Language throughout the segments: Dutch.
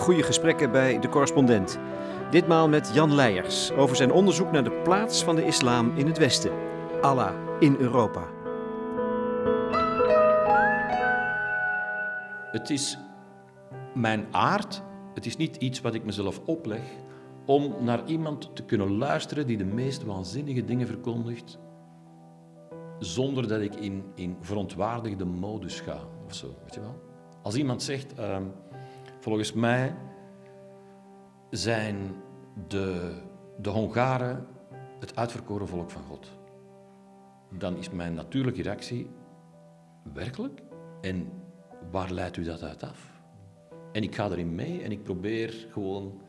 goede gesprekken bij De Correspondent. Ditmaal met Jan Leijers over zijn onderzoek naar de plaats van de islam in het Westen. Allah in Europa. Het is mijn aard, het is niet iets wat ik mezelf opleg, om naar iemand te kunnen luisteren die de meest waanzinnige dingen verkondigt, zonder dat ik in verontwaardigde modus ga, of zo, weet je wel. Als iemand zegt, volgens mij zijn de Hongaren het uitverkoren volk van God, dan is mijn natuurlijke reactie, werkelijk? En waar leidt u dat uit af? En ik ga erin mee en ik probeer gewoon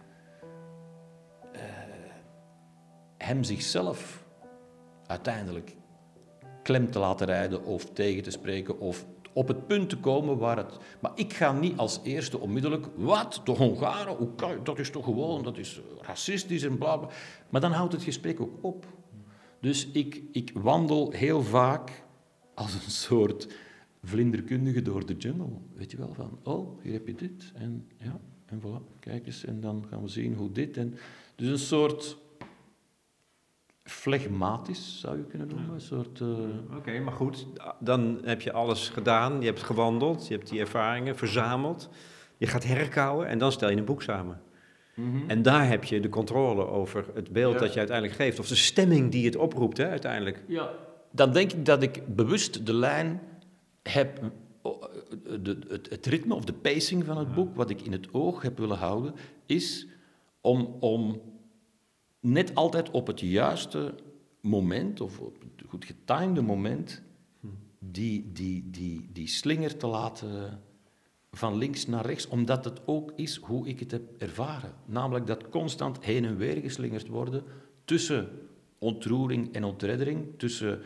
hem zichzelf uiteindelijk klem te laten rijden of tegen te spreken of op het punt te komen waar het... Maar ik ga niet als eerste onmiddellijk... Wat? De Hongaren? Hoe kan je? Dat is toch gewoon... Dat is racistisch en bla bla. Maar dan houdt het gesprek ook op. Dus ik wandel heel vaak als een soort vlinderkundige door de jungle. Weet je wel, van... Oh, hier heb je dit. En ja, en voilà. Kijk eens. En dan gaan we zien hoe dit... En, dus een soort... flegmatisch, zou je kunnen noemen. Een soort... Oké, maar goed, dan heb je alles gedaan. Je hebt gewandeld, je hebt die ervaringen verzameld. Je gaat herkauwen en dan stel je een boek samen. Mm-hmm. En daar heb je de controle over het beeld dat je uiteindelijk geeft. Of de stemming die het oproept, hè, uiteindelijk. Ja. Dan denk ik dat ik bewust de lijn heb... Het ritme of de pacing van het boek, wat ik in het oog heb willen houden, is om net altijd op het juiste moment, of op het goed getimede moment, die slinger te laten van links naar rechts, omdat het ook is hoe ik het heb ervaren. Namelijk dat constant heen en weer geslingerd worden tussen ontroering en ontreddering, tussen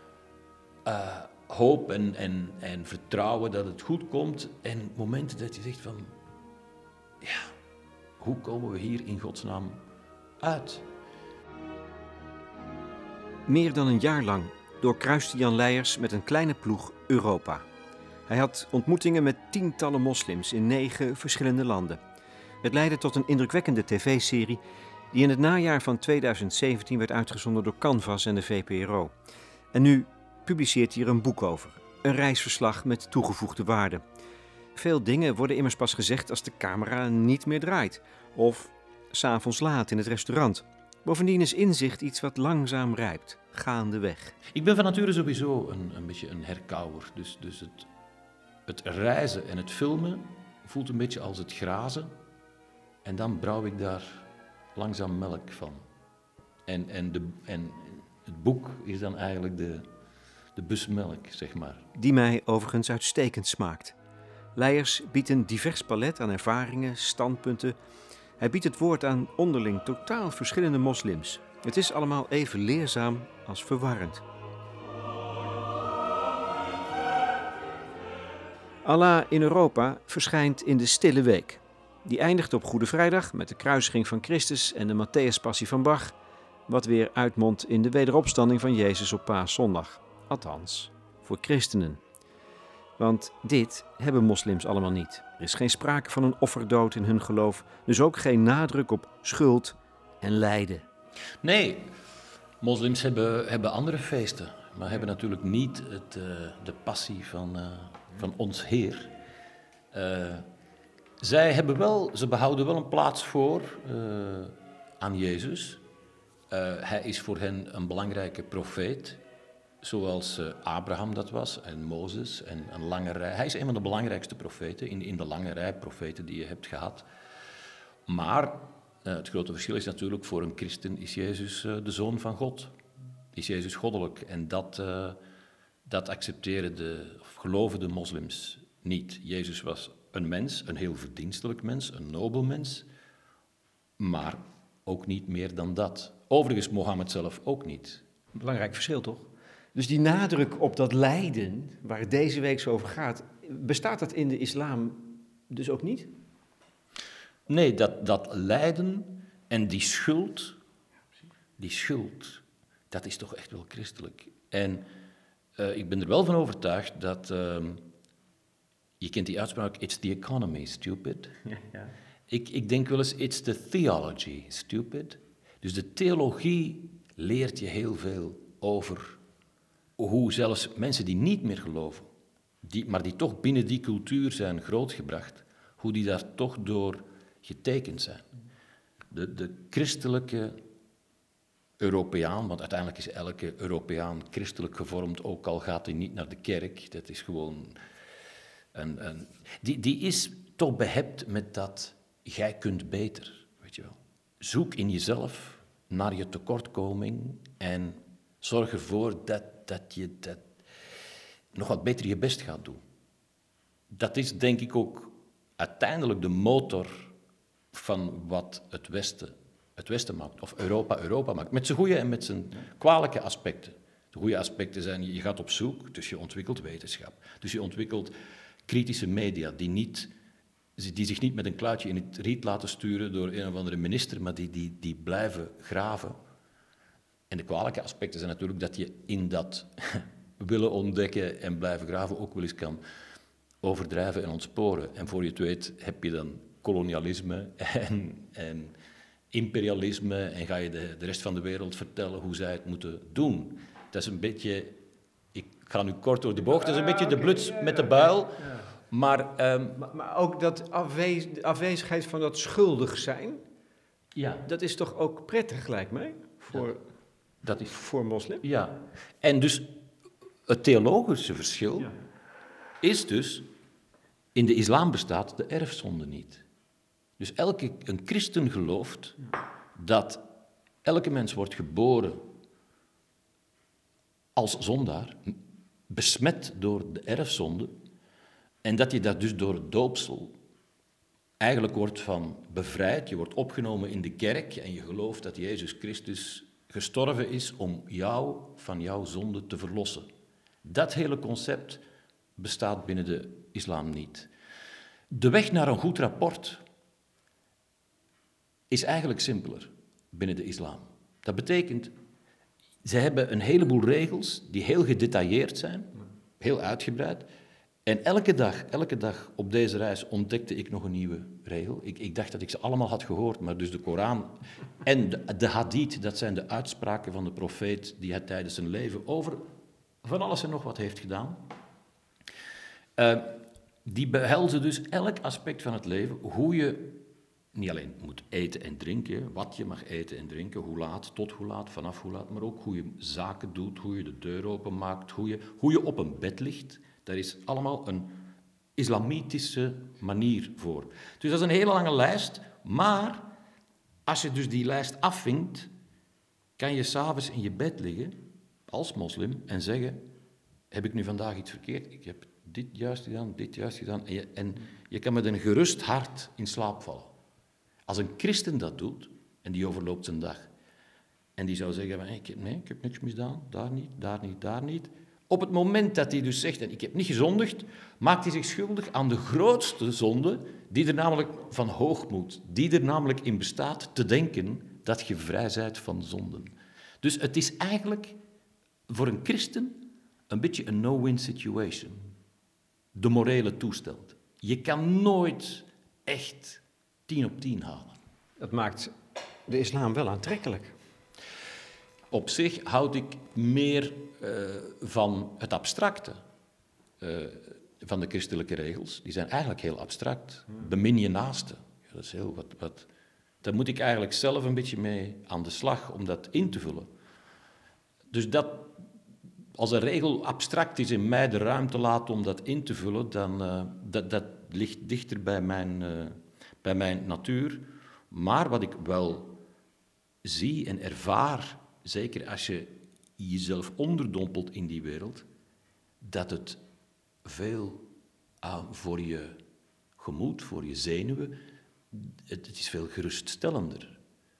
hoop en vertrouwen dat het goed komt, en momenten dat je zegt van, ja, hoe komen we hier in godsnaam uit? Meer dan een jaar lang doorkruiste Jan Leijers met een kleine ploeg Europa. Hij had ontmoetingen met tientallen moslims in 9 verschillende landen. Het leidde tot een indrukwekkende tv-serie die in het najaar van 2017 werd uitgezonden door Canvas en de VPRO. En nu publiceert hij er een boek over. Een reisverslag met toegevoegde waarde. Veel dingen worden immers pas gezegd als de camera niet meer draait. Of 's avonds laat in het restaurant. Bovendien is inzicht iets wat langzaam rijpt, gaandeweg. Ik ben van nature sowieso een beetje een herkauwer. Dus het reizen en het filmen voelt een beetje als het grazen. En dan brouw ik daar langzaam melk van. En het boek is dan eigenlijk de busmelk, zeg maar. Die mij overigens uitstekend smaakt. Leijers biedt een divers palet aan ervaringen, standpunten. Hij biedt het woord aan onderling totaal verschillende moslims. Het is allemaal even leerzaam als verwarrend. Allah in Europa verschijnt in de Stille Week. Die eindigt op Goede Vrijdag met de kruisiging van Christus en de Matthäuspassie van Bach, wat weer uitmondt in de wederopstanding van Jezus op Paaszondag. Althans, voor christenen. Want dit hebben moslims allemaal niet. Er is geen sprake van een offerdood in hun geloof, dus ook geen nadruk op schuld en lijden. Nee, moslims hebben andere feesten, maar hebben natuurlijk niet de passie van ons Heer. Ze behouden wel een plaats voor aan Jezus. Hij is voor hen een belangrijke profeet, zoals Abraham dat was en Mozes en een lange rij. Hij is een van de belangrijkste profeten in de lange rij profeten die je hebt gehad. Maar het grote verschil is natuurlijk, voor een christen is Jezus de Zoon van God. Is Jezus goddelijk. En dat accepteren of geloven de moslims niet. Jezus was een mens, een heel verdienstelijk mens, een nobel mens, maar ook niet meer dan dat. Overigens Mohammed zelf ook niet. Belangrijk verschil, toch? Dus die nadruk op dat lijden, waar het deze week zo over gaat, bestaat dat in de islam dus ook niet? Nee, dat lijden en die schuld, dat is toch echt wel christelijk. En ik ben er wel van overtuigd dat, je kent die uitspraak, it's the economy, stupid. Ja. Ik denk wel eens, it's the theology, stupid. Dus de theologie leert je heel veel over hoe zelfs mensen die niet meer geloven, maar die toch binnen die cultuur zijn grootgebracht, hoe die daar toch door getekend zijn. De christelijke Europeaan, want uiteindelijk is elke Europeaan christelijk gevormd, ook al gaat hij niet naar de kerk, dat is gewoon die is toch behept met dat, jij kunt beter, weet je wel. Zoek in jezelf naar je tekortkoming en zorg ervoor dat je nog wat beter je best gaat doen. Dat is denk ik ook uiteindelijk de motor van wat het Westen maakt, of Europa maakt. Met zijn goede en met zijn kwalijke aspecten. De goede aspecten zijn, je gaat op zoek, dus je ontwikkelt wetenschap. Dus je ontwikkelt kritische media die zich niet met een kluitje in het riet laten sturen door een of andere minister, maar die blijven graven. En de kwalijke aspecten zijn natuurlijk dat je in dat willen ontdekken en blijven graven ook wel eens kan overdrijven en ontsporen. En voor je het weet heb je dan kolonialisme en imperialisme en ga je de rest van de wereld vertellen hoe zij het moeten doen. Dat is een beetje, ik ga nu kort door de bocht, dat is een beetje de bluts met de buil. Ja. Maar ook dat de afwezigheid van dat schuldig zijn, dat is toch ook prettig, lijkt mij, voor moslim? Ja, en dus het theologische verschil is dus, in de islam bestaat de erfzonde niet. Dus een christen gelooft dat elke mens wordt geboren als zondaar, besmet door de erfzonde, en dat je dat dus door het doopsel eigenlijk wordt van bevrijd. Je wordt opgenomen in de kerk en je gelooft dat Jezus Christus gestorven is om jou van jouw zonde te verlossen. Dat hele concept bestaat binnen de islam niet. De weg naar een goed rapport is eigenlijk simpeler binnen de islam. Dat betekent, ze hebben een heleboel regels die heel gedetailleerd zijn, heel uitgebreid. En elke dag op deze reis ontdekte ik nog een nieuwe regel. Ik dacht dat ik ze allemaal had gehoord, maar dus de Koran en de hadith, dat zijn de uitspraken van de profeet die hij tijdens zijn leven over van alles en nog wat heeft gedaan. Die behelzen dus elk aspect van het leven, hoe je niet alleen moet eten en drinken, wat je mag eten en drinken, hoe laat, tot hoe laat, vanaf hoe laat, maar ook hoe je zaken doet, hoe je de deur openmaakt, hoe je op een bed ligt. Daar is allemaal een islamitische manier voor. Dus dat is een hele lange lijst, maar als je dus die lijst afvinkt, kan je 's avonds in je bed liggen, als moslim, en zeggen, heb ik nu vandaag iets verkeerd? Ik heb dit juist gedaan, en je kan met een gerust hart in slaap vallen. Als een christen dat doet, en die overloopt zijn dag, en die zou zeggen, ik heb niks misdaan, daar niet. Op het moment dat hij dus zegt, en ik heb niet gezondigd, maakt hij zich schuldig aan de grootste zonde, die er namelijk van hoogmoed, die er namelijk in bestaat, te denken dat je vrij bent van zonden. Dus het is eigenlijk voor een christen een beetje een no-win situation. De morele toestand. Je kan nooit echt 10 op 10 halen. Dat maakt de islam wel aantrekkelijk. Op zich houd ik meer van het abstracte van de christelijke regels. Die zijn eigenlijk heel abstract. Bemin je naaste. Ja, dat is heel wat. Daar moet ik eigenlijk zelf een beetje mee aan de slag om dat in te vullen. Dus dat, als een regel abstract is, in mij de ruimte laat om dat in te vullen, dan dat ligt dichter bij mijn natuur. Maar wat ik wel zie en ervaar, zeker als je jezelf onderdompelt in die wereld, dat het veel voor je gemoed, voor je zenuwen, het is veel geruststellender.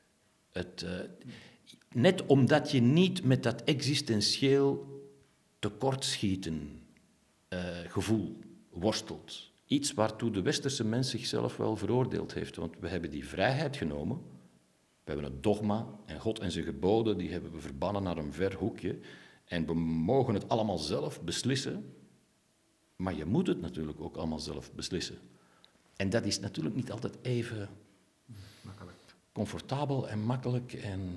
Net omdat je niet met dat existentieel tekortschieten gevoel worstelt. Iets waartoe de westerse mens zichzelf wel veroordeeld heeft. Want we hebben die vrijheid genomen. We hebben het dogma en God en zijn geboden, die hebben we verbannen naar een ver hoekje. En we mogen het allemaal zelf beslissen. Maar je moet het natuurlijk ook allemaal zelf beslissen. En dat is natuurlijk niet altijd even comfortabel en makkelijk.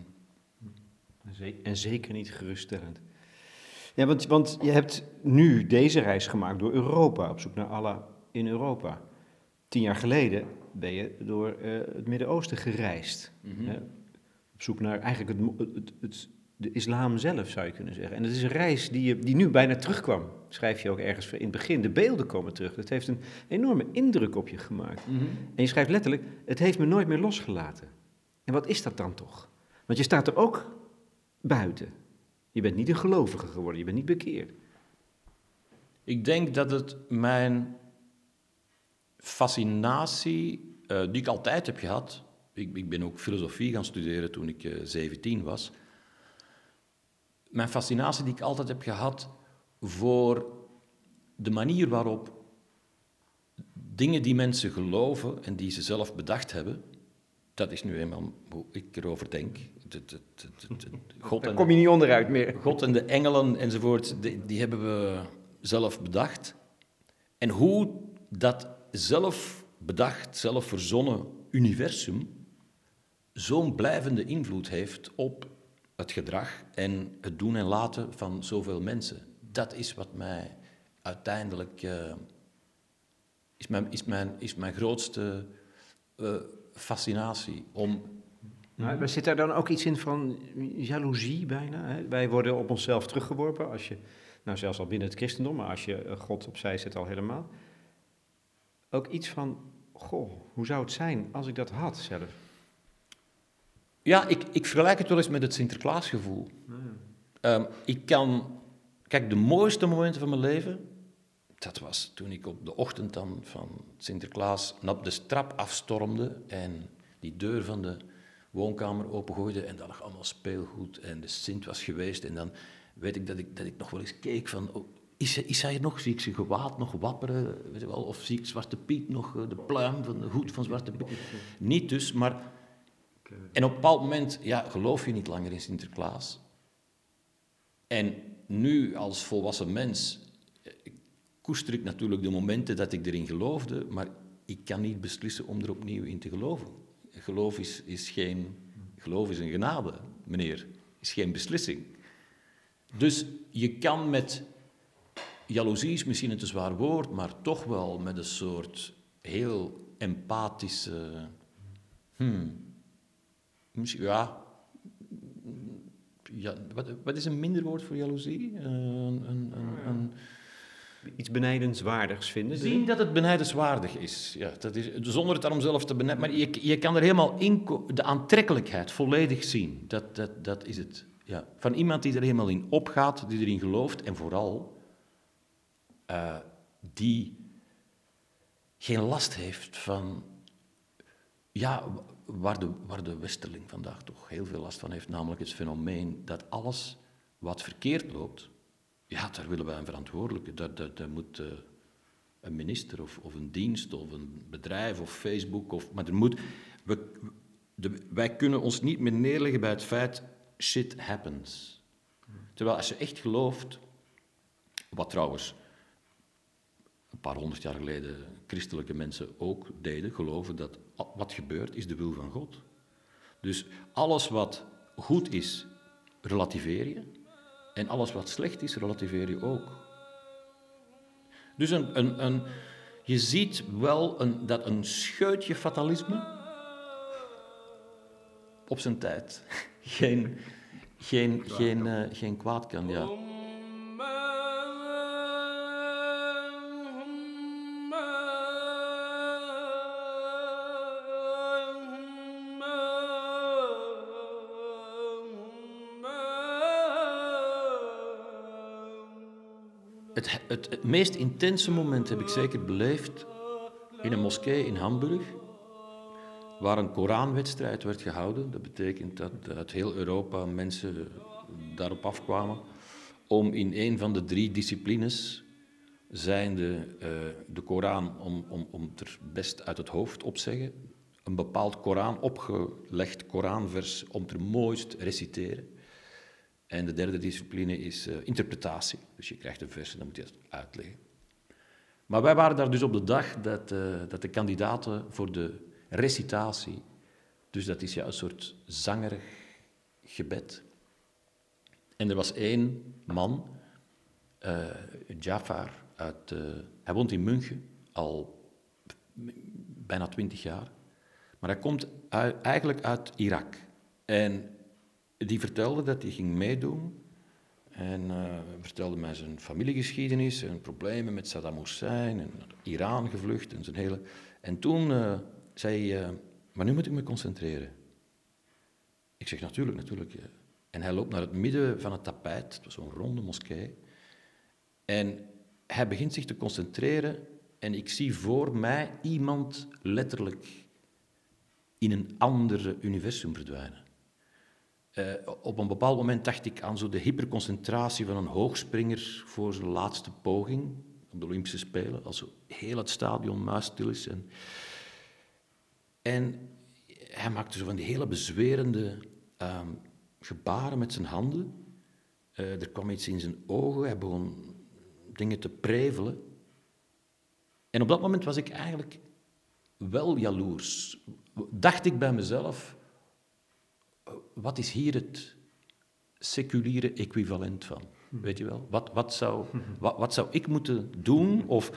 En zeker niet geruststellend. Ja, want je hebt nu deze reis gemaakt door Europa, op zoek naar Allah in Europa. 10 jaar geleden ben je door het Midden-Oosten gereisd. Hè? Op zoek naar eigenlijk de islam zelf, zou je kunnen zeggen. En het is een reis die nu bijna terugkwam, schrijf je ook ergens in het begin. De beelden komen terug. Het heeft een enorme indruk op je gemaakt. En je schrijft letterlijk, het heeft me nooit meer losgelaten. En wat is dat dan toch? Want je staat er ook buiten. Je bent niet een gelovige geworden, je bent niet bekeerd. Ik denk dat het mijn fascinatie, die ik altijd heb gehad... Ik ben ook filosofie gaan studeren toen ik 17 was. Mijn fascinatie die ik altijd heb gehad voor de manier waarop dingen die mensen geloven en die ze zelf bedacht hebben, dat is nu eenmaal hoe ik erover denk. God Daar kom je niet onderuit meer. God en de engelen enzovoort, die hebben we zelf bedacht. En hoe dat zelf bedacht, zelf verzonnen universum zo'n blijvende invloed heeft op het gedrag en het doen en laten van zoveel mensen. Dat is wat mij uiteindelijk is mijn grootste fascinatie. Maar zit daar dan ook iets in van jaloezie bijna? Hè? Wij worden op onszelf teruggeworpen, als je, nou zelfs al binnen het christendom, maar als je God opzij zet al helemaal. Ook iets van, goh, hoe zou het zijn als ik dat had zelf? Ja, ik vergelijk het wel eens met het Sinterklaasgevoel. Kijk, de mooiste momenten van mijn leven, dat was toen ik op de ochtend dan van Sinterklaas naar de trap afstormde en die deur van de woonkamer opengooide en daar lag allemaal speelgoed en de Sint was geweest. En dan weet ik dat ik nog wel eens keek van, oh, is hij nog? Zie ik zijn gewaad nog wapperen? Weet je wel? Of zie ik Zwarte Piet nog, de pluim van de hoed van Zwarte Piet? Niet dus, maar... En op een bepaald moment, ja, geloof je niet langer in Sinterklaas. En nu, als volwassen mens, koester ik natuurlijk de momenten dat ik erin geloofde, maar ik kan niet beslissen om er opnieuw in te geloven. Geloof is een genade, meneer. Is geen beslissing. Dus je kan met... Jaloezie is misschien een te zwaar woord, maar toch wel met een soort heel empathische... Ja, wat is een minder woord voor jaloezie? Iets benijdenswaardigs vinden? Zien dat het benijdenswaardig is. Ja, dat is zonder het daarom zelf te benijden. Maar je kan er helemaal in... De aantrekkelijkheid volledig zien. Dat is het. Ja. Van iemand die er helemaal in opgaat, die erin gelooft. En vooral die geen last heeft van... Ja, waar de westerling vandaag toch heel veel last van heeft, namelijk het fenomeen dat alles wat verkeerd loopt, ja, daar willen wij een verantwoordelijke. Dat moet een minister of een dienst of een bedrijf of Facebook. Maar wij kunnen ons niet meer neerleggen bij het feit, shit happens. Terwijl als je echt gelooft, wat trouwens een paar 100 jaar geleden christelijke mensen ook deden, geloven dat wat gebeurt is de wil van God. Dus alles wat goed is, relativeer je. En alles wat slecht is, relativeer je ook. Dus je ziet wel dat een scheutje fatalisme op zijn tijd geen kwaad kan, ja. Het meest intense moment heb ik zeker beleefd in een moskee in Hamburg, waar een Koranwedstrijd werd gehouden. Dat betekent dat uit heel Europa mensen daarop afkwamen om in een van de 3 disciplines, zijnde de Koran om er best uit het hoofd op zeggen, een bepaald opgelegd Koranvers om er mooist reciteren. En de 3e discipline is interpretatie. Dus je krijgt een vers en dan moet je het uitleggen. Maar wij waren daar dus op de dag dat de kandidaten voor de recitatie, dus dat is ja een soort zangerig gebed. En er was één man, Jafar, hij woont in München al bijna 20 jaar, maar hij komt eigenlijk uit Irak. En die vertelde dat hij ging meedoen en vertelde mij zijn familiegeschiedenis en problemen met Saddam Hussein en naar Iran gevlucht en zijn hele... En toen zei hij, maar nu moet ik me concentreren. Ik zeg, natuurlijk. Ja. En hij loopt naar het midden van het tapijt, het was zo'n ronde moskee, en hij begint zich te concentreren en ik zie voor mij iemand letterlijk in een ander universum verdwijnen. Op een bepaald moment dacht ik aan zo de hyperconcentratie van een hoogspringer voor zijn laatste poging op de Olympische Spelen, als zo heel het stadion muisstil is. En hij maakte zo van die hele bezwerende gebaren met zijn handen. Er kwam iets in zijn ogen, hij begon dingen te prevelen. En op dat moment was ik eigenlijk wel jaloers. Dacht ik bij mezelf, wat is hier het seculiere equivalent van? Weet je wel? Wat zou ik moeten doen of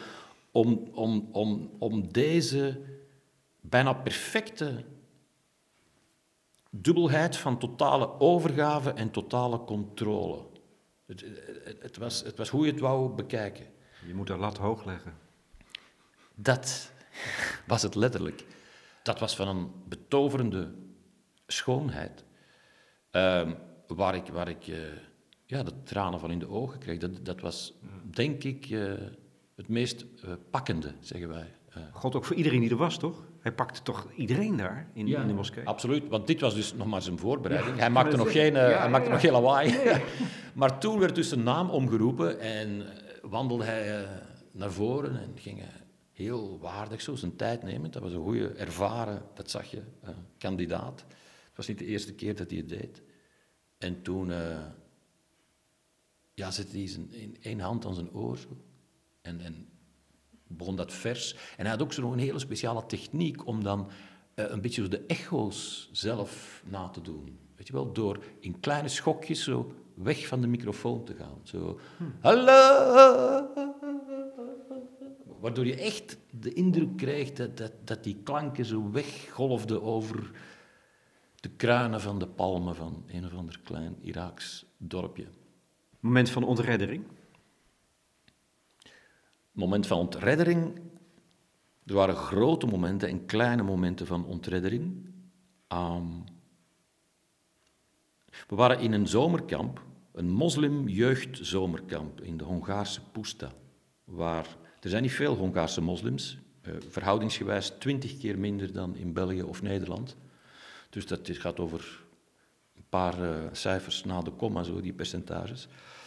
om deze bijna perfecte dubbelheid van totale overgave en totale controle. Het was hoe je het wou bekijken. Je moet de lat hoog leggen. Dat was het letterlijk. Dat was van een betoverende schoonheid, waar ik de tranen van in de ogen kreeg. Dat was, denk ik, het meest pakkende, zeggen wij. God ook voor iedereen die er was, toch? Hij pakte toch iedereen daar in de moskee? Absoluut, want dit was dus nog maar zijn voorbereiding. Hij maakte nog geen lawaai. Nee. Maar toen werd dus zijn naam omgeroepen en wandelde hij naar voren en ging hij heel waardig zo zijn tijd nemen. Dat was een goede, ervaren, dat zag je, kandidaat. Het was niet de eerste keer dat hij het deed. En toen zette hij in één hand aan zijn oor zo, en begon dat vers. En hij had ook zo nog een hele speciale techniek om dan een beetje de echo's zelf na te doen. Weet je wel, door in kleine schokjes zo weg van de microfoon te gaan. Zo, hallo! Waardoor je echt de indruk kreeg dat die klanken zo weggolfden over de kruinen van de palmen van een of ander klein Iraaks dorpje. Moment van ontreddering? Moment van ontreddering. Er waren grote momenten en kleine momenten van ontreddering. We waren in een zomerkamp, een moslim-jeugdzomerkamp in de Hongaarse Puszta, er zijn niet veel Hongaarse moslims, verhoudingsgewijs 20 keer minder dan in België of Nederland. Dus dat gaat over een paar cijfers na de komma, zo, die percentages.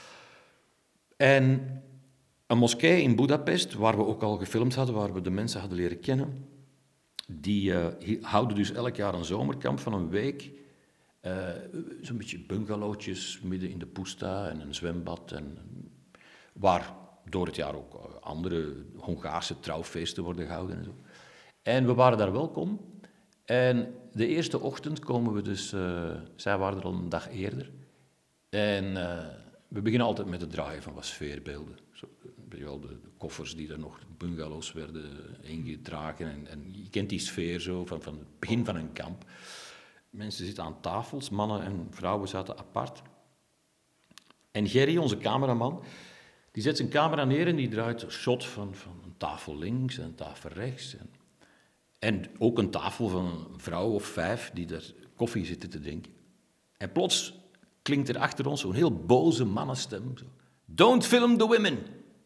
En een moskee in Budapest, waar we ook al gefilmd hadden, waar we de mensen hadden leren kennen, die houden dus elk jaar een zomerkamp van een week. Zo'n beetje bungalowtjes midden in de Puszta en een zwembad. Waar door het jaar ook andere Hongaarse trouwfeesten worden gehouden en zo. En we waren daar welkom. En de eerste ochtend komen we dus... zij waren er al een dag eerder. En we beginnen altijd met het draaien van wat sfeerbeelden. Zo, de koffers die er nog bungalows werden ingedragen. En je kent die sfeer zo van het begin van een kamp. Mensen zitten aan tafels, mannen en vrouwen zaten apart. En Gerry, onze cameraman, die zet zijn camera neer en die draait een shot van een tafel links en een tafel rechts. En ook een tafel van een vrouw of 5 die daar koffie zitten te drinken. En plots klinkt er achter ons zo'n heel boze mannenstem. Zo, don't film the women!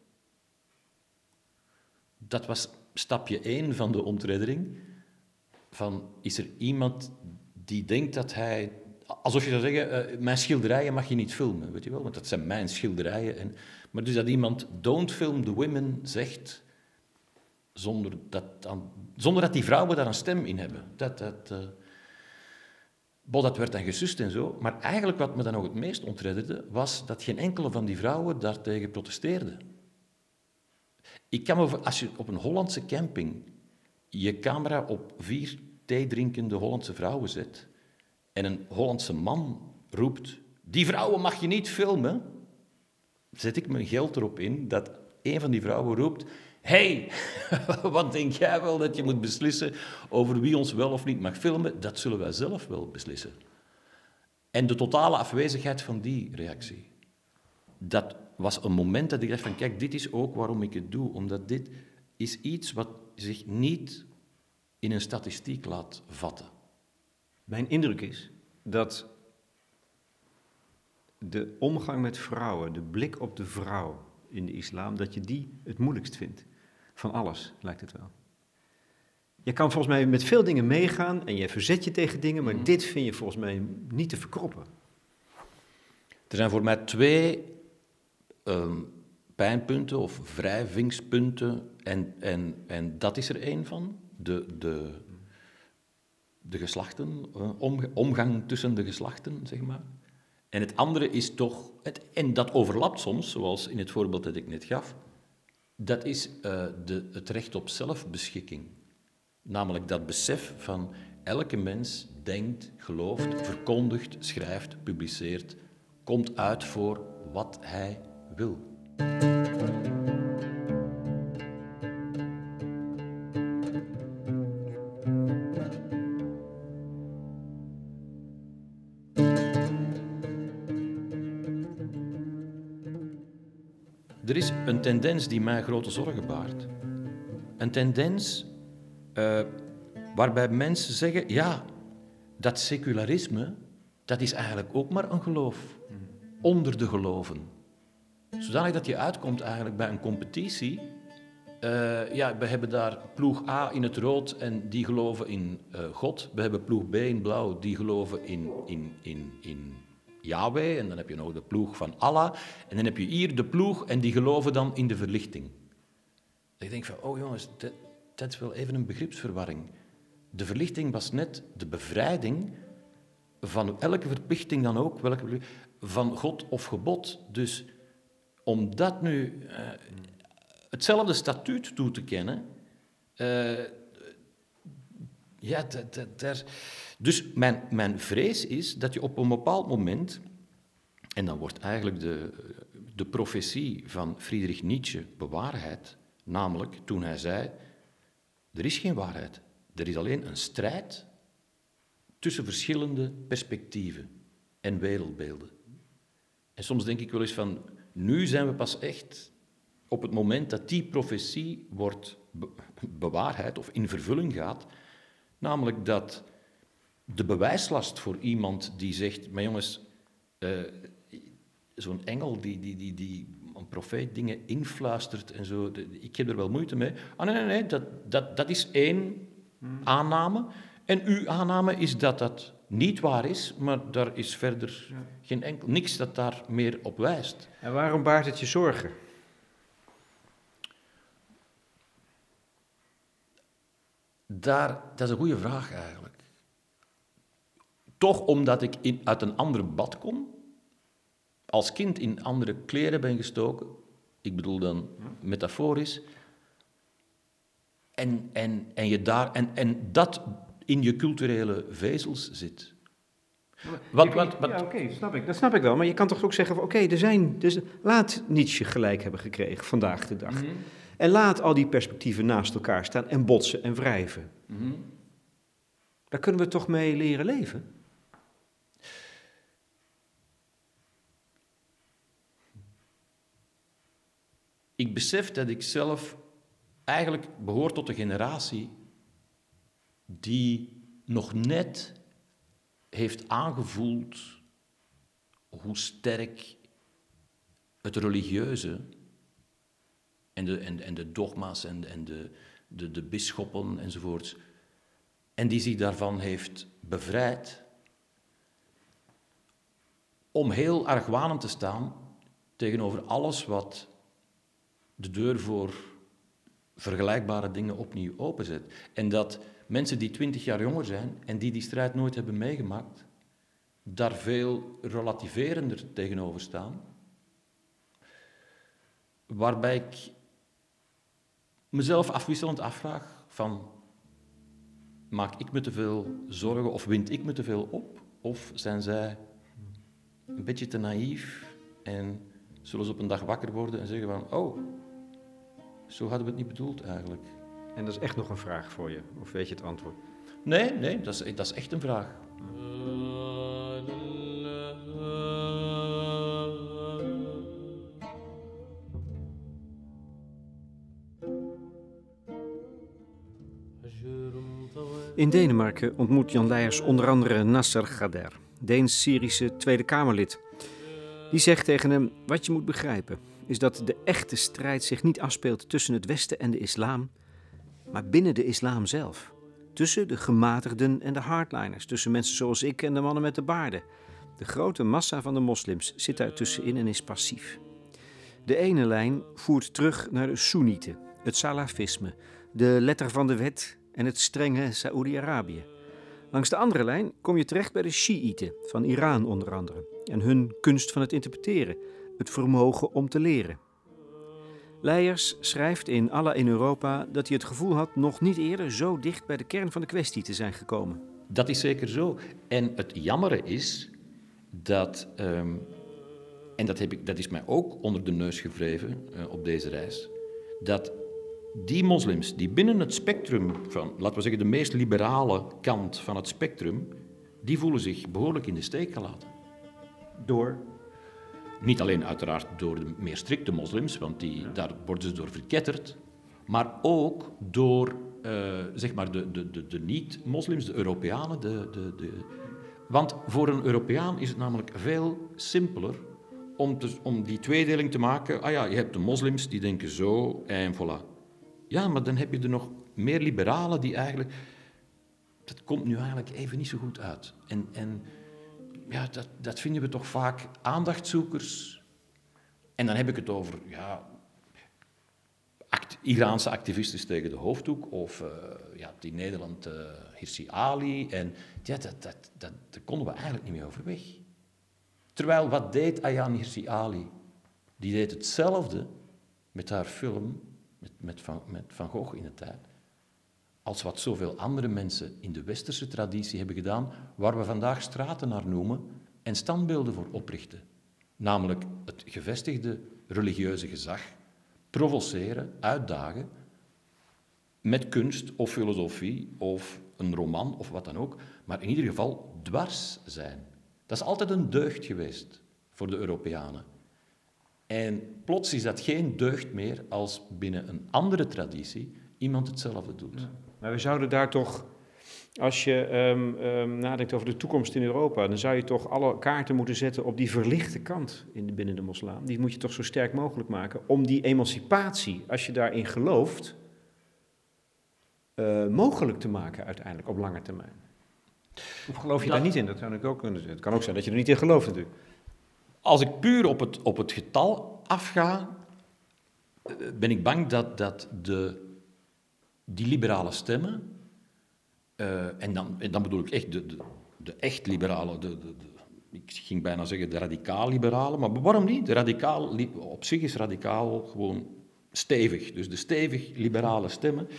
Dat was stapje 1 van de ontreddering. Van, is er iemand die denkt dat hij... Alsof je zou zeggen, mijn schilderijen mag je niet filmen, weet je wel? Want dat zijn mijn schilderijen. Maar dus dat iemand don't film the women zegt, zonder dat die vrouwen daar een stem in hebben. Dat werd dan gesust en zo. Maar eigenlijk wat me dan nog het meest ontredderde, was dat geen enkele van die vrouwen daartegen protesteerde. Ik kan me, als je op een Hollandse camping je camera op 4 theedrinkende Hollandse vrouwen zet en een Hollandse man roept, die vrouwen mag je niet filmen, zet ik mijn geld erop in dat een van die vrouwen roept, hey, wat denk jij wel dat je moet beslissen over wie ons wel of niet mag filmen? Dat zullen wij zelf wel beslissen. En de totale afwezigheid van die reactie, dat was een moment dat ik dacht van, kijk, dit is ook waarom ik het doe. Omdat dit is iets wat zich niet in een statistiek laat vatten. Mijn indruk is dat de omgang met vrouwen, de blik op de vrouw in de islam, dat je die het moeilijkst vindt. Van alles, lijkt het wel. Je kan volgens mij met veel dingen meegaan en je verzet je tegen dingen, maar dit vind je volgens mij niet te verkroppen. Er zijn voor mij 2 pijnpunten of wrijvingspunten en dat is er één van. De geslachten, omgang tussen de geslachten, zeg maar. En het andere is toch, en dat overlapt soms, zoals in het voorbeeld dat ik net gaf, dat is het recht op zelfbeschikking. Namelijk dat besef van elke mens denkt, gelooft, verkondigt, schrijft, publiceert, komt uit voor wat hij wil. Er is een tendens die mij grote zorgen baart. Een tendens waarbij mensen zeggen, ja, dat secularisme, dat is eigenlijk ook maar een geloof. Onder de geloven. Zodanig dat je uitkomt eigenlijk bij een competitie. We hebben daar ploeg A in het rood en die geloven in God. We hebben ploeg B in blauw, die geloven in Yahweh. En dan heb je nog de ploeg van Allah. En dan heb je hier de ploeg en die geloven dan in de verlichting. Ik denk van, oh jongens, dat is wel even een begripsverwarring. De verlichting was net de bevrijding van elke verplichting dan ook, van God of gebod. Dus om dat nu hetzelfde statuut toe te kennen, dus mijn vrees is dat je op een bepaald moment, en dan wordt eigenlijk de profetie van Friedrich Nietzsche bewaarheid, namelijk toen hij zei, er is geen waarheid, er is alleen een strijd tussen verschillende perspectieven en wereldbeelden. En soms denk ik wel eens van, nu zijn we pas echt op het moment dat die profetie wordt bewaarheid of in vervulling gaat, namelijk dat de bewijslast voor iemand die zegt, maar jongens, zo'n engel die een profeet dingen influistert en zo, ik heb er wel moeite mee. Nee, dat is één aanname. En uw aanname is dat dat niet waar is, maar daar is verder niks dat daar meer op wijst. En waarom baart het je zorgen? Dat is een goede vraag eigenlijk. Toch omdat ik uit een ander bad kom, als kind in andere kleren ben gestoken, ik bedoel dan metaforisch, en dat in je culturele vezels zit. Oké, snap ik. Dat snap ik wel. Maar je kan toch ook zeggen van laat Nietzsche gelijk hebben gekregen vandaag de dag. Mm-hmm. En laat al die perspectieven naast elkaar staan en botsen en wrijven. Mm-hmm. Daar kunnen we toch mee leren leven? Ik besef dat ik zelf eigenlijk behoor tot een generatie die nog net heeft aangevoeld hoe sterk het religieuze en de dogma's en de bisschoppen enzovoorts, en die zich daarvan heeft bevrijd om heel argwanend te staan tegenover alles wat de deur voor vergelijkbare dingen opnieuw openzet. En dat mensen die 20 jaar jonger zijn en die strijd nooit hebben meegemaakt, daar veel relativerender tegenover staan. Waarbij ik mezelf afwisselend afvraag van, maak ik me te veel zorgen of wind ik me te veel op? Of zijn zij een beetje te naïef en zullen ze op een dag wakker worden en zeggen van, oh, zo hadden we het niet bedoeld eigenlijk. En dat is echt nog een vraag voor je, of weet je het antwoord? Nee, dat is echt een vraag. In Denemarken ontmoet Jan Leijers onder andere Nasser Khader, Deens-Syrische Tweede Kamerlid. Die zegt tegen hem, wat je moet begrijpen is dat de echte strijd zich niet afspeelt tussen het Westen en de islam, maar binnen de islam zelf. Tussen de gematigden en de hardliners, tussen mensen zoals ik en de mannen met de baarden. De grote massa van de moslims zit daar tussenin en is passief. De ene lijn voert terug naar de Soenieten, het salafisme, de letter van de wet en het strenge Saoedi-Arabië. Langs de andere lijn kom je terecht bij de Shiiten, van Iran onder andere, en hun kunst van het interpreteren, het vermogen om te leren. Leijers schrijft in Allah in Europa dat hij het gevoel had nog niet eerder zo dicht bij de kern van de kwestie te zijn gekomen. Dat is zeker zo. En het jammere is dat, en dat is mij ook onder de neus gewreven op deze reis, dat die moslims die binnen het spectrum van, laten we zeggen, de meest liberale kant van het spectrum, die voelen zich behoorlijk in de steek gelaten. Door? Niet alleen uiteraard door de meer strikte moslims, want daar worden ze door verketterd, maar ook door zeg maar de niet-moslims, de Europeanen. Want voor een Europeaan is het namelijk veel simpeler om die tweedeling te maken. Ah ja, je hebt de moslims die denken zo en voilà. Ja, maar dan heb je er nog meer liberalen die eigenlijk... Dat komt nu eigenlijk even niet zo goed uit. En ja, dat vinden we toch vaak aandachtszoekers. En dan heb ik het over Iraanse activisten tegen de hoofddoek of die Nederland Hirsi Ali. En ja, daar konden we eigenlijk niet meer overweg. Terwijl, wat deed Ayaan Hirsi Ali? Die deed hetzelfde met haar film, met Van Gogh in de tijd, als wat zoveel andere mensen in de westerse traditie hebben gedaan, waar we vandaag straten naar noemen en standbeelden voor oprichten. Namelijk het gevestigde religieuze gezag, provoceren, uitdagen, met kunst of filosofie of een roman of wat dan ook, maar in ieder geval dwars zijn. Dat is altijd een deugd geweest voor de Europeanen. En plots is dat geen deugd meer als binnen een andere traditie iemand hetzelfde doet. Ja. Maar we zouden daar toch, als je nadenkt over de toekomst in Europa, dan zou je toch alle kaarten moeten zetten op die verlichte kant binnen de moslim. Die moet je toch zo sterk mogelijk maken om die emancipatie, als je daarin gelooft, mogelijk te maken uiteindelijk op lange termijn. Of geloof je daar niet in? Dat zou ik ook kunnen zeggen. Het kan ook zijn dat je er niet in gelooft natuurlijk. Als ik puur op het getal afga, ben ik bang dat die liberale stemmen, en dan bedoel ik echt de echt liberale, ik ging bijna zeggen de radicaal-liberalen, maar waarom niet? De radicaal, op zich is radicaal gewoon stevig, dus de stevig liberale stemmen.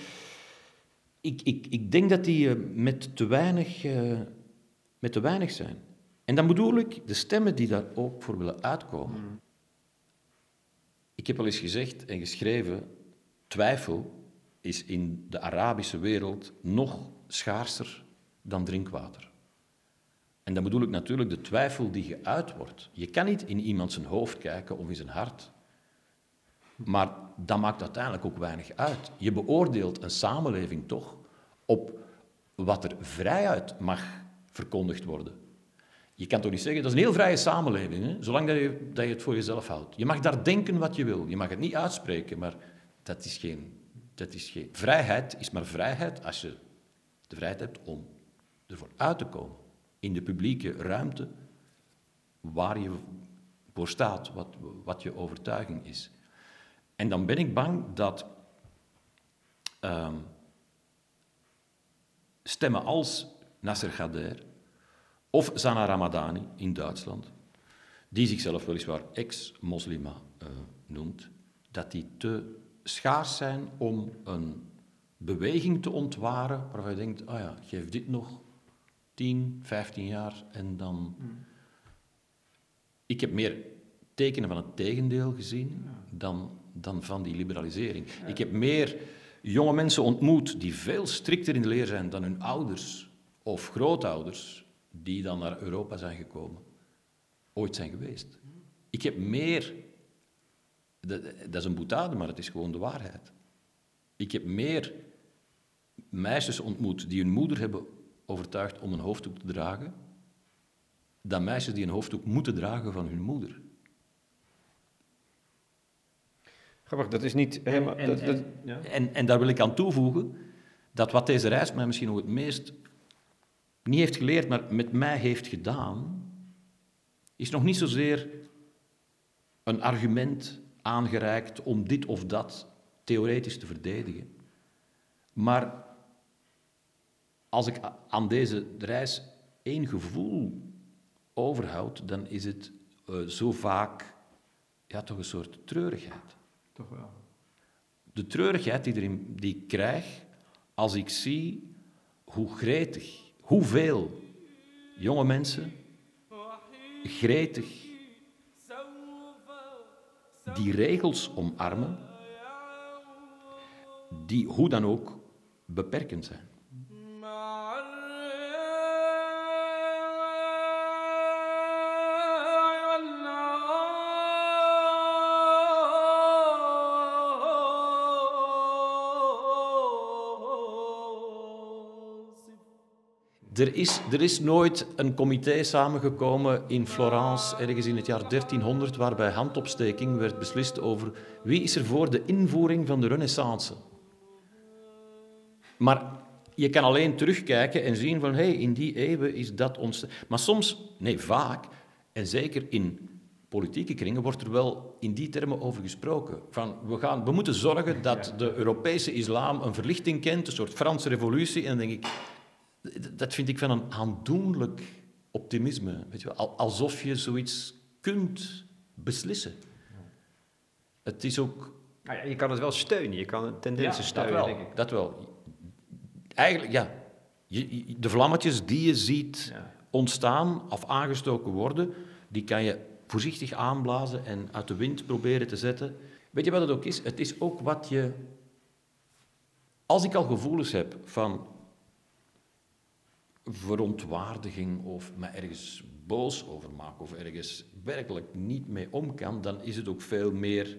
Ik denk dat die met te weinig zijn. En dan bedoel ik de stemmen die daar ook voor willen uitkomen. Ik heb al eens gezegd en geschreven, twijfel is in de Arabische wereld nog schaarser dan drinkwater. En dan bedoel ik natuurlijk de twijfel die geuit wordt. Je kan niet in iemand zijn hoofd kijken of in zijn hart. Maar dat maakt uiteindelijk ook weinig uit. Je beoordeelt een samenleving toch op wat er vrijuit mag verkondigd worden. Je kan toch niet zeggen, dat is een heel vrije samenleving, hè? Zolang dat je het voor jezelf houdt. Je mag daar denken wat je wil. Je mag het niet uitspreken, maar dat is geen... Vrijheid is maar vrijheid als je de vrijheid hebt om ervoor uit te komen. In de publieke ruimte waar je voor staat, wat je overtuiging is. En dan ben ik bang dat stemmen als Nasser Khader of Zana Ramadani in Duitsland, die zichzelf weliswaar ex-moslima noemt, dat die te schaars zijn om een beweging te ontwaren waarvan je denkt, oh ja, geef dit nog 10, 15 jaar en dan... Ik heb meer tekenen van het tegendeel gezien dan van die liberalisering. Ja. Ik heb meer jonge mensen ontmoet die veel strikter in de leer zijn dan hun ouders of grootouders die dan naar Europa zijn gekomen, ooit zijn geweest. Ik heb meer... Dat is een boutade, maar het is gewoon de waarheid. Ik heb meer meisjes ontmoet die hun moeder hebben overtuigd om een hoofddoek te dragen, dan meisjes die een hoofddoek moeten dragen van hun moeder. Grappig, dat is niet helemaal... En daar wil ik aan toevoegen dat wat deze reis mij misschien nog het meest niet heeft geleerd, maar met mij heeft gedaan, is nog niet zozeer een argument aangereikt om dit of dat theoretisch te verdedigen. Maar als ik aan deze reis één gevoel overhoud, dan is het zo vaak toch een soort treurigheid. Toch wel. De treurigheid die ik krijg als ik zie hoe gretig, hoeveel jonge mensen gretig die regels omarmen, die hoe dan ook beperkend zijn. Er is nooit een comité samengekomen in Florence, ergens in het jaar 1300, waarbij handopsteking werd beslist over wie is er voor de invoering van de Renaissance. Maar je kan alleen terugkijken en zien van, in die eeuwen is dat ontstaan. Maar soms, nee, vaak, en zeker in politieke kringen, wordt er wel in die termen over gesproken. Van, we moeten zorgen dat de Europese islam een verlichting kent, een soort Franse revolutie, en dan denk ik... Dat vind ik van een aandoenlijk optimisme. Weet je wel? Alsof je zoiets kunt beslissen. Het is ook... Je kan het wel steunen, je kan tendensen steunen, dat wel, denk ik. Dat wel. Eigenlijk, ja. De vlammetjes die je ziet ontstaan of aangestoken worden, die kan je voorzichtig aanblazen en uit de wind proberen te zetten. Weet je wat het ook is? Het is ook wat je... Als ik al gevoelens heb van... verontwaardiging of me ergens boos over maken of ergens werkelijk niet mee om kan, dan is het ook veel meer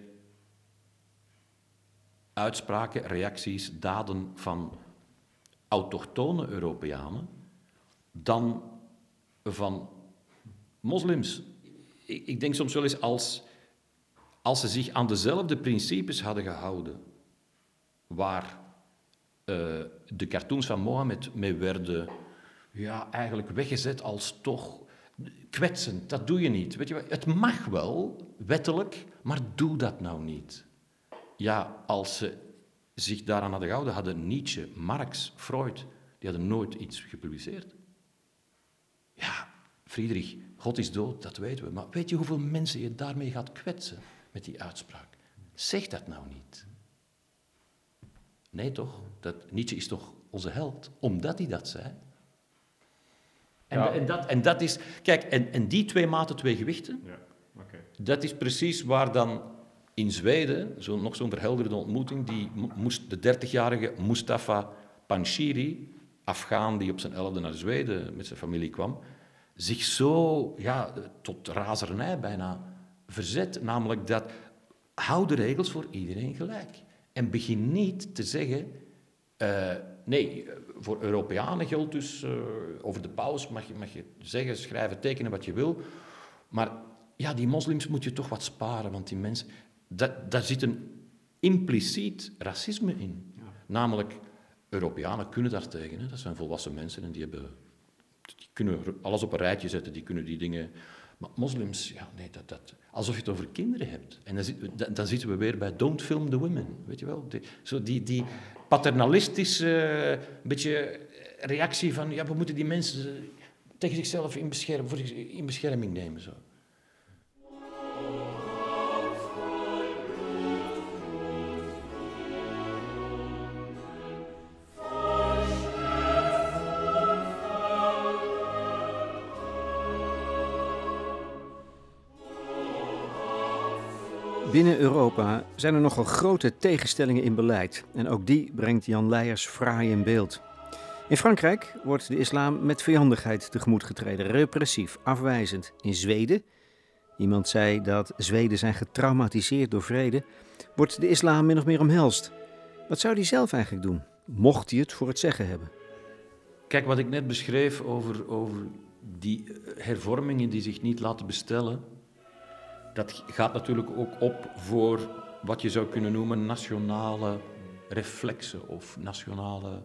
uitspraken, reacties, daden van autochtone Europeanen dan van moslims. Ik denk soms wel eens als ze zich aan dezelfde principes hadden gehouden waar de cartoons van Mohammed mee werden eigenlijk weggezet als toch kwetsend. Dat doe je niet. Weet je wat? Het mag wel, wettelijk, maar doe dat nou niet. Ja, als ze zich daaraan hadden gehouden, hadden Nietzsche, Marx, Freud, die hadden nooit iets gepubliceerd. Ja, Friedrich, God is dood, dat weten we. Maar weet je hoeveel mensen je daarmee gaat kwetsen met die uitspraak? Zeg dat nou niet. Nee, toch? Nietzsche is toch onze held, omdat hij dat zei. En dat is... Kijk, en die twee maten, twee gewichten, dat is precies waar dan in Zweden, nog zo'n verhelderde ontmoeting, de 30-jarige Mustafa Panshiri, Afghaan die op zijn 11e naar Zweden met zijn familie kwam, zich zo tot razernij bijna verzet. Namelijk dat, hou de regels voor iedereen gelijk. En begin niet te zeggen... nee, voor Europeanen geldt dus... over de paus mag je zeggen, schrijven, tekenen wat je wil. Maar die moslims moet je toch wat sparen, want die mensen... Daar zit een impliciet racisme in. Ja. Namelijk, Europeanen kunnen daartegen. Hè? Dat zijn volwassen mensen en die kunnen alles op een rijtje zetten, die kunnen die dingen... Maar moslims, alsof je het over kinderen hebt. En dan zitten we weer bij Don't Film the Women, weet je wel. Die paternalistische beetje reactie van... we moeten die mensen tegen zichzelf in bescherming nemen. Zo. Binnen Europa zijn er nogal grote tegenstellingen in beleid. En ook die brengt Jan Leijers fraai in beeld. In Frankrijk wordt de islam met vijandigheid tegemoet getreden. Repressief, afwijzend. In Zweden, iemand zei dat Zweden zijn getraumatiseerd door vrede, wordt de islam min of meer omhelst. Wat zou hij zelf eigenlijk doen, mocht hij het voor het zeggen hebben? Kijk, wat ik net beschreef over die hervormingen die zich niet laten bestellen, dat gaat natuurlijk ook op voor wat je zou kunnen noemen nationale reflexen of nationale,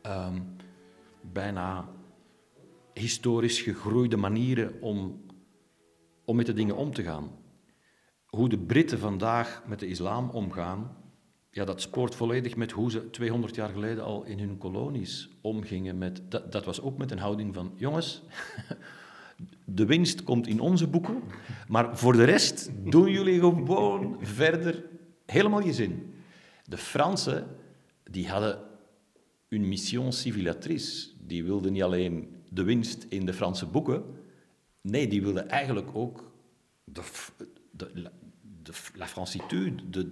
bijna historisch gegroeide manieren om met de dingen om te gaan. Hoe de Britten vandaag met de islam omgaan, ja, dat spoort volledig met hoe ze 200 jaar geleden al in hun kolonies omgingen met... Dat was ook met een houding van, jongens, de winst komt in onze boeken, maar voor de rest doen jullie gewoon verder helemaal je zin. De Fransen, die hadden een mission civilatrice. Die wilden niet alleen de winst in de Franse boeken, nee, die wilden eigenlijk ook la francitude,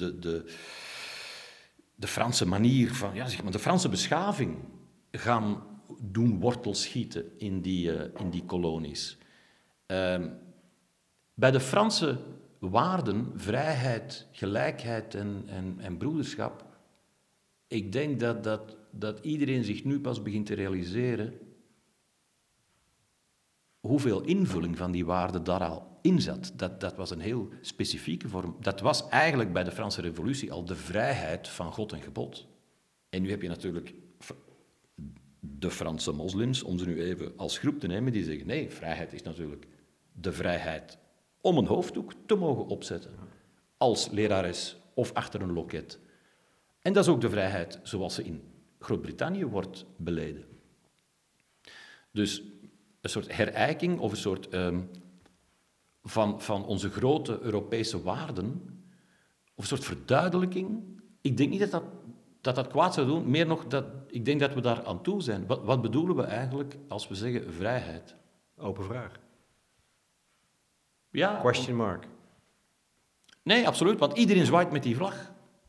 de Franse manier van, ja, zeg maar, de Franse beschaving gaan doen wortels schieten in die kolonies. Bij de Franse waarden, vrijheid, gelijkheid en broederschap, ik denk dat iedereen zich nu pas begint te realiseren hoeveel invulling van die waarden daar al in zat. Dat was een heel specifieke vorm. Dat was eigenlijk bij de Franse Revolutie al de vrijheid van God en gebod. En nu heb je natuurlijk de Franse moslims, om ze nu even als groep te nemen, die zeggen, nee, vrijheid is natuurlijk de vrijheid om een hoofddoek te mogen opzetten. Als lerares of achter een loket. En dat is ook de vrijheid zoals ze in Groot-Brittannië wordt beleden. Dus een soort herijking of een soort van onze grote Europese waarden, of een soort verduidelijking. Ik denk niet dat kwaad zou doen, meer nog ik denk dat we daar aan toe zijn. Wat bedoelen we eigenlijk als we zeggen vrijheid? Open vraag. Ja. Question mark. Nee, absoluut, want iedereen zwaait met die vlag.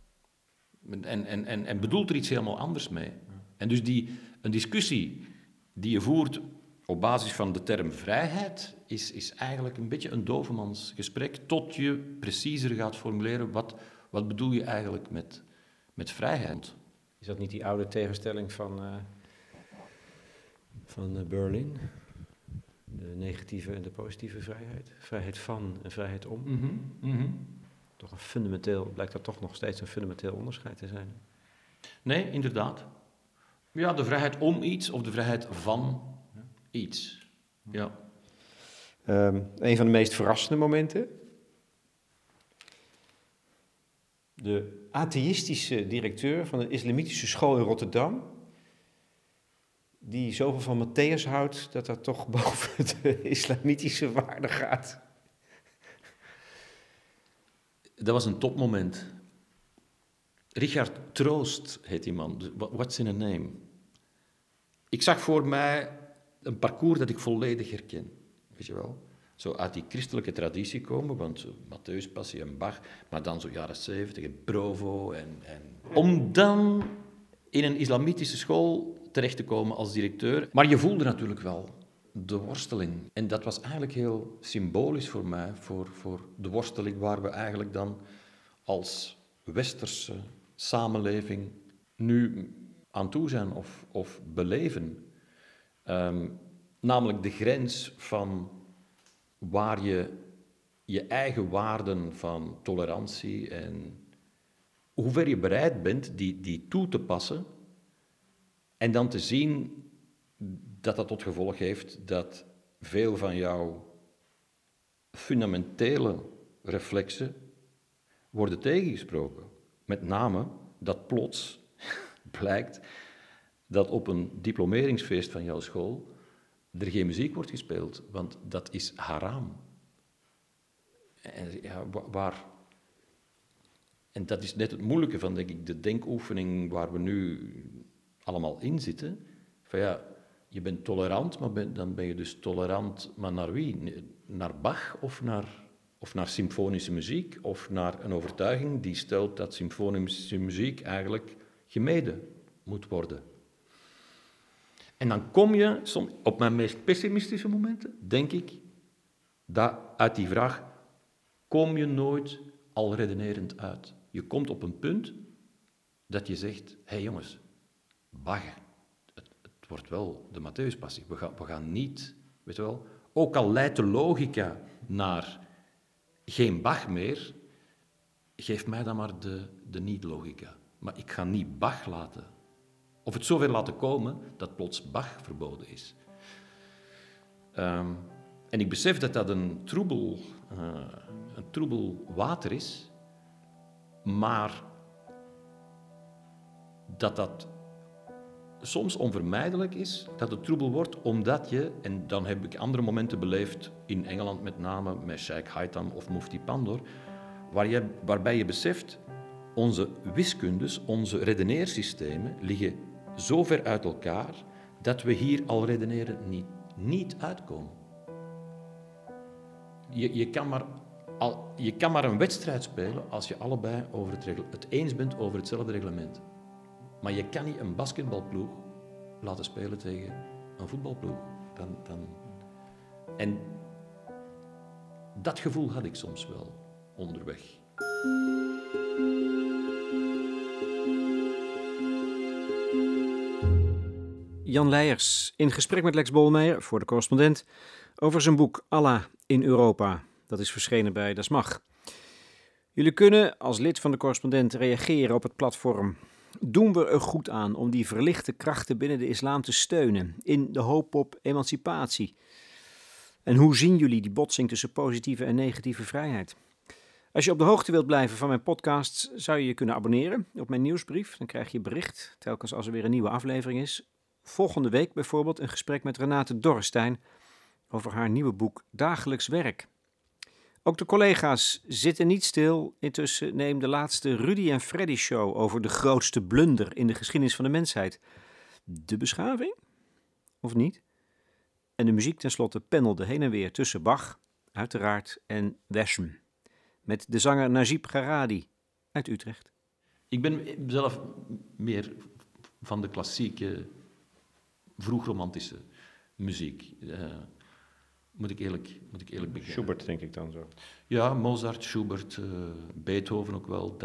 En bedoelt er iets helemaal anders mee. En dus een discussie die je voert op basis van de term vrijheid is eigenlijk een beetje een dovemansgesprek, tot je preciezer gaat formuleren wat bedoel je eigenlijk met vrijheid. Is dat niet die oude tegenstelling van Berlin? De negatieve en de positieve vrijheid? Vrijheid van en vrijheid om? Toch blijkt dat toch nog steeds een fundamenteel onderscheid te zijn. Nee, inderdaad. Ja, de vrijheid om iets of de vrijheid van iets. Ja. Een van de meest verrassende momenten. De atheïstische directeur van een islamitische school in Rotterdam, die zoveel van Matthäus houdt, dat dat toch boven de islamitische waarde gaat. Dat was een topmoment. Richard Troost heet die man. What's in a name? Ik zag voor mij een parcours dat ik volledig herken. Weet je wel? Zo uit die christelijke traditie komen, want Matthäus, Passie en Bach, maar dan zo jaren 70 en Provo. Om dan in een islamitische school terecht te komen als directeur. Maar je voelde natuurlijk wel de worsteling. En dat was eigenlijk heel symbolisch voor mij, voor de worsteling waar we eigenlijk dan als westerse samenleving nu aan toe zijn of beleven. Namelijk de grens van waar je eigen waarden van tolerantie en hoe ver je bereid bent die toe te passen en dan te zien dat tot gevolg heeft dat veel van jouw fundamentele reflexen worden tegengesproken. Met name dat plots blijkt dat op een diplomeringsfeest van jouw school er geen muziek wordt gespeeld, want dat is haram. En, ja, en dat is net het moeilijke van, denk ik, de denkoefening waar we nu allemaal in zitten. Van ja, je bent tolerant, maar dan ben je dus tolerant, maar naar wie? Naar Bach of of naar symfonische muziek, of naar een overtuiging die stelt dat symfonische muziek eigenlijk gemeden moet worden. En dan kom je, soms, op mijn meest pessimistische momenten, denk ik, dat uit die vraag kom je nooit al redenerend uit. Je komt op een punt dat je zegt, hé jongens, Bach, het wordt wel de Matthäuspassie. We gaan niet, weet je wel, ook al leidt de logica naar geen Bach meer, geef mij dan maar de niet-logica. Maar ik ga niet Bach laten, of het zover laten komen dat plots Bach verboden is. En ik besef dat dat een troebel water is, maar dat soms onvermijdelijk is, dat het troebel wordt, omdat je, en dan heb ik andere momenten beleefd, in Engeland met name, met Sheikh Haitham of Mufti Pandor, waarbij je beseft, onze wiskundes, onze redeneersystemen liggen zo ver uit elkaar, dat we hier al redeneren niet uitkomen. Je kan maar een wedstrijd spelen als je allebei het eens bent over hetzelfde reglement. Maar je kan niet een basketbalploeg laten spelen tegen een voetbalploeg. En dat gevoel had ik soms wel onderweg. Jan Leijers in gesprek met Lex Bolmeijer voor de Correspondent over zijn boek Allah in Europa. Dat is verschenen bij Das Mag. Jullie kunnen als lid van de Correspondent reageren op het platform. Doen we er goed aan om die verlichte krachten binnen de islam te steunen in de hoop op emancipatie? En hoe zien jullie die botsing tussen positieve en negatieve vrijheid? Als je op de hoogte wilt blijven van mijn podcasts, zou je je kunnen abonneren op mijn nieuwsbrief. Dan krijg je bericht telkens als er weer een nieuwe aflevering is. Volgende week bijvoorbeeld een gesprek met Renate Dorrestein over haar nieuwe boek Dagelijks Werk. Ook de collega's zitten niet stil. Intussen neem de laatste Rudy en Freddy show over de grootste blunder in de geschiedenis van de mensheid. De beschaving? Of niet? En de muziek tenslotte pendelde heen en weer tussen Bach, uiteraard, en Wessem. Met de zanger Najib Gharadi uit Utrecht. Ik ben zelf meer van de klassieke, vroegromantische muziek. Moet ik eerlijk bekennen. Schubert denk ik dan zo. Ja, Mozart, Schubert, Beethoven ook wel.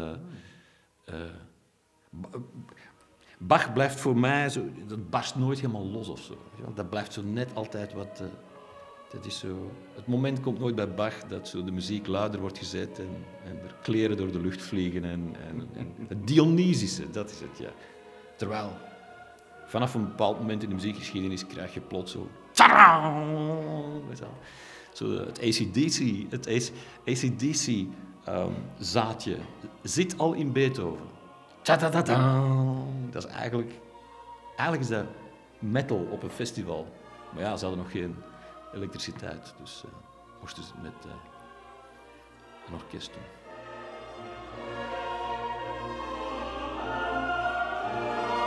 Bach blijft voor mij, dat barst nooit helemaal los of zo. Dat blijft zo net altijd wat... dat is zo, het moment komt nooit bij Bach dat zo de muziek luider wordt gezet en er kleren door de lucht vliegen. En het Dionysische, dat is het, ja. Terwijl, vanaf een bepaald moment in de muziekgeschiedenis krijg je plots zo... Zo het AC/DC zaadje zit al in Beethoven. Dat is eigenlijk is dat metal op een festival. Maar ja, ze hadden nog geen elektriciteit, dus moesten ze met een orkest doen.